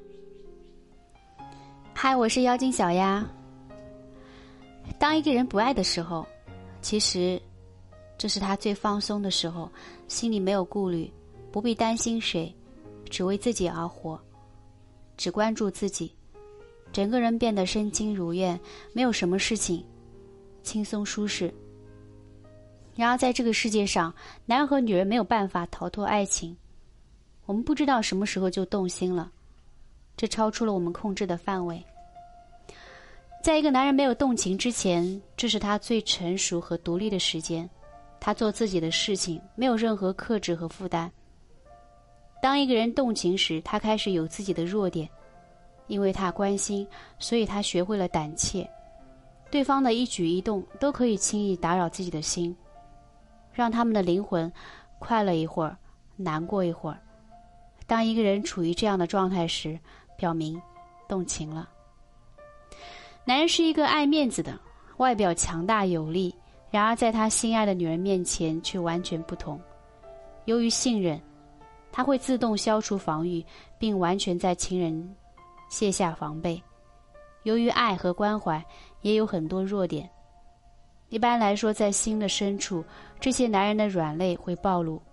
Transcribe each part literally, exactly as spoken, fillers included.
嗨，我是妖精小鸭。当一个人不爱的时候，其实这是他最放松的时候，心里没有顾虑，不必担心谁，只为自己而活，只关注自己，整个人变得身轻如燕，没有什么事情轻松舒适。然而在这个世界上，男人和女人没有办法逃脱爱情，我们不知道什么时候就动心了，这超出了我们控制的范围。在一个男人没有动情之前，这是他最成熟和独立的时间，他做自己的事情，没有任何克制和负担。当一个人动情时，他开始有自己的弱点，因为他关心，所以他学会了胆怯，对方的一举一动都可以轻易打扰自己的心，让他们的灵魂快乐一会儿，难过一会儿。当一个人处于这样的状态时，表明动情了。男人是一个爱面子的，外表强大有力，然而在他心爱的女人面前却完全不同。由于信任，他会自动消除防御，并完全在情人卸下防备。由于爱和关怀，也有很多弱点。一般来说，在心的深处，这些男人的软肋会暴露，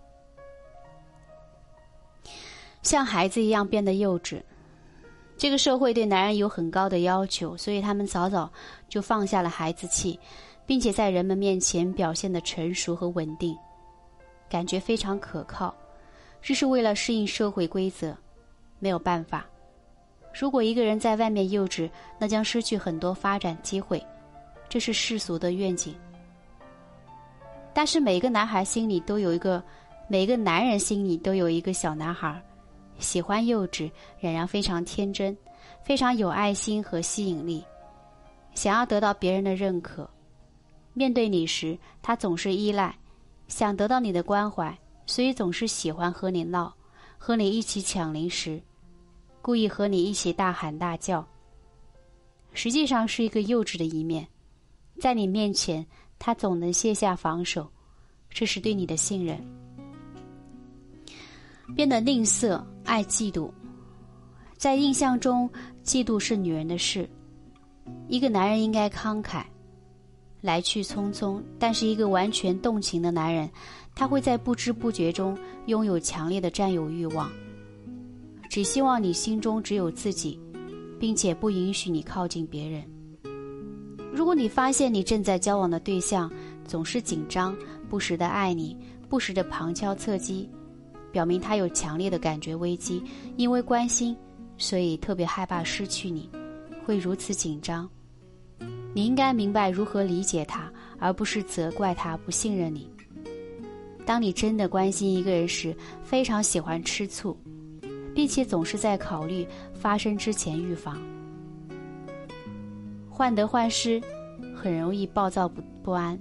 像孩子一样变得幼稚。这个社会对男人有很高的要求，所以他们早早就放下了孩子气，并且在人们面前表现得成熟和稳定，感觉非常可靠。这是为了适应社会规则，没有办法。如果一个人在外面幼稚，那将失去很多发展机会，这是世俗的愿景。但是每个男孩心里都有一个，每个男人心里都有一个小男孩，喜欢幼稚，仍然非常天真，非常有爱心和吸引力，想要得到别人的认可。面对你时，他总是依赖，想得到你的关怀，所以总是喜欢和你闹，和你一起抢零食，故意和你一起大喊大叫。实际上是一个幼稚的一面，在你面前，他总能卸下防守，这是对你的信任。变得吝啬，爱嫉妒。在印象中，嫉妒是女人的事。一个男人应该慷慨，来去匆匆，但是一个完全动情的男人，他会在不知不觉中拥有强烈的占有欲望，只希望你心中只有自己，并且不允许你靠近别人。如果你发现你正在交往的对象总是紧张，不时地爱你，不时地旁敲侧击，表明他有强烈的感觉危机，因为关心，所以特别害怕失去你，会如此紧张。你应该明白如何理解他，而不是责怪他不信任你。当你真的关心一个人时，非常喜欢吃醋，并且总是在考虑发生之前预防。患得患失，很容易暴躁不不安。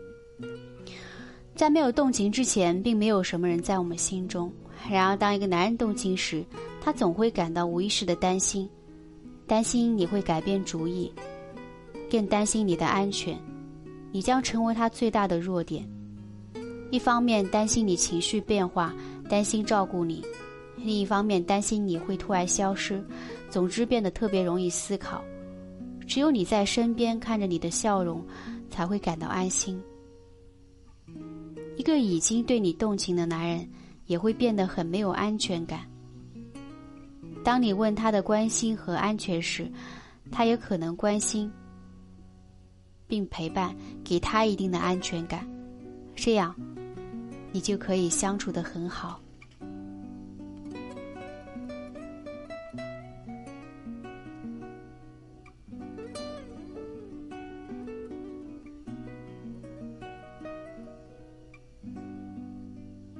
在没有动情之前，并没有什么人在我们心中。然而当一个男人动情时，他总会感到无意识的担心，担心你会改变主意，更担心你的安全，你将成为他最大的弱点。一方面担心你情绪变化，担心照顾你，另一方面担心你会突然消失，总之变得特别容易思考。只有你在身边，看着你的笑容，才会感到安心。一个已经对你动情的男人，也会变得很没有安全感。当你问他的关心和安全时，他也可能关心并陪伴，给他一定的安全感，这样你就可以相处得很好。